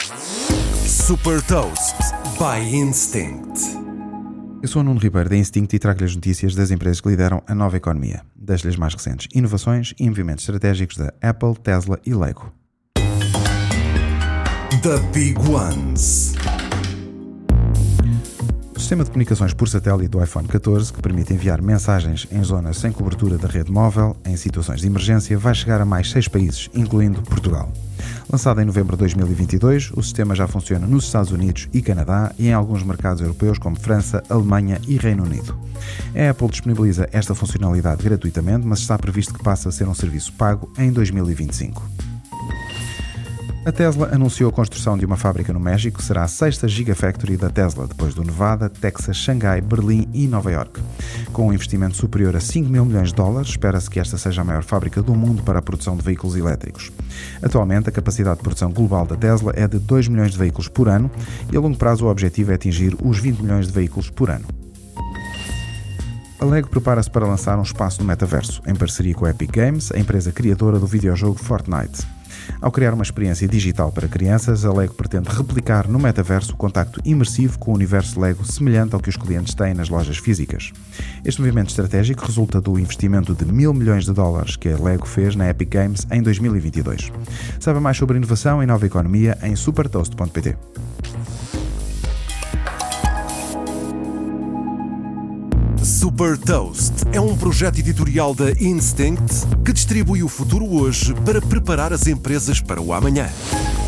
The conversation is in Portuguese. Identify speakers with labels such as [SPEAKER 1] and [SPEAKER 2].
[SPEAKER 1] Super Toast by Instinct.
[SPEAKER 2] Eu sou o Nuno Ribeiro da Instinct e trago-lhe as notícias das empresas que lideram a nova economia. Das-lhe as mais recentes inovações e movimentos estratégicos da Apple, Tesla e Lego.
[SPEAKER 1] The Big Ones.
[SPEAKER 2] O sistema de comunicações por satélite do iPhone 14, que permite enviar mensagens em zonas sem cobertura da rede móvel em situações de emergência, vai chegar a mais 6 países, incluindo Portugal. Lançado em novembro de 2022, o sistema já funciona nos Estados Unidos e Canadá e em alguns mercados europeus como França, Alemanha e Reino Unido. A Apple disponibiliza esta funcionalidade gratuitamente, mas está previsto que passe a ser um serviço pago em 2025. A Tesla anunciou a construção de uma fábrica no México, que será a 6ª Gigafactory da Tesla, depois do Nevada, Texas, Xangai, Berlim e Nova York. Com um investimento superior a 5 mil milhões de dólares, espera-se que esta seja a maior fábrica do mundo para a produção de veículos elétricos. Atualmente, a capacidade de produção global da Tesla é de 2 milhões de veículos por ano e a longo prazo o objetivo é atingir os 20 milhões de veículos por ano. A Lego prepara-se para lançar um espaço no metaverso, em parceria com a Epic Games, a empresa criadora do videojogo Fortnite. Ao criar uma experiência digital para crianças, a Lego pretende replicar no metaverso o contacto imersivo com o universo Lego semelhante ao que os clientes têm nas lojas físicas. Este movimento estratégico resulta do investimento de 1.000 milhões de dólares que a Lego fez na Epic Games em 2022. Saiba mais sobre inovação e nova economia em supertoast.pt.
[SPEAKER 1] Super Toast é um projeto editorial da Instinct que distribui o futuro hoje para preparar as empresas para o amanhã.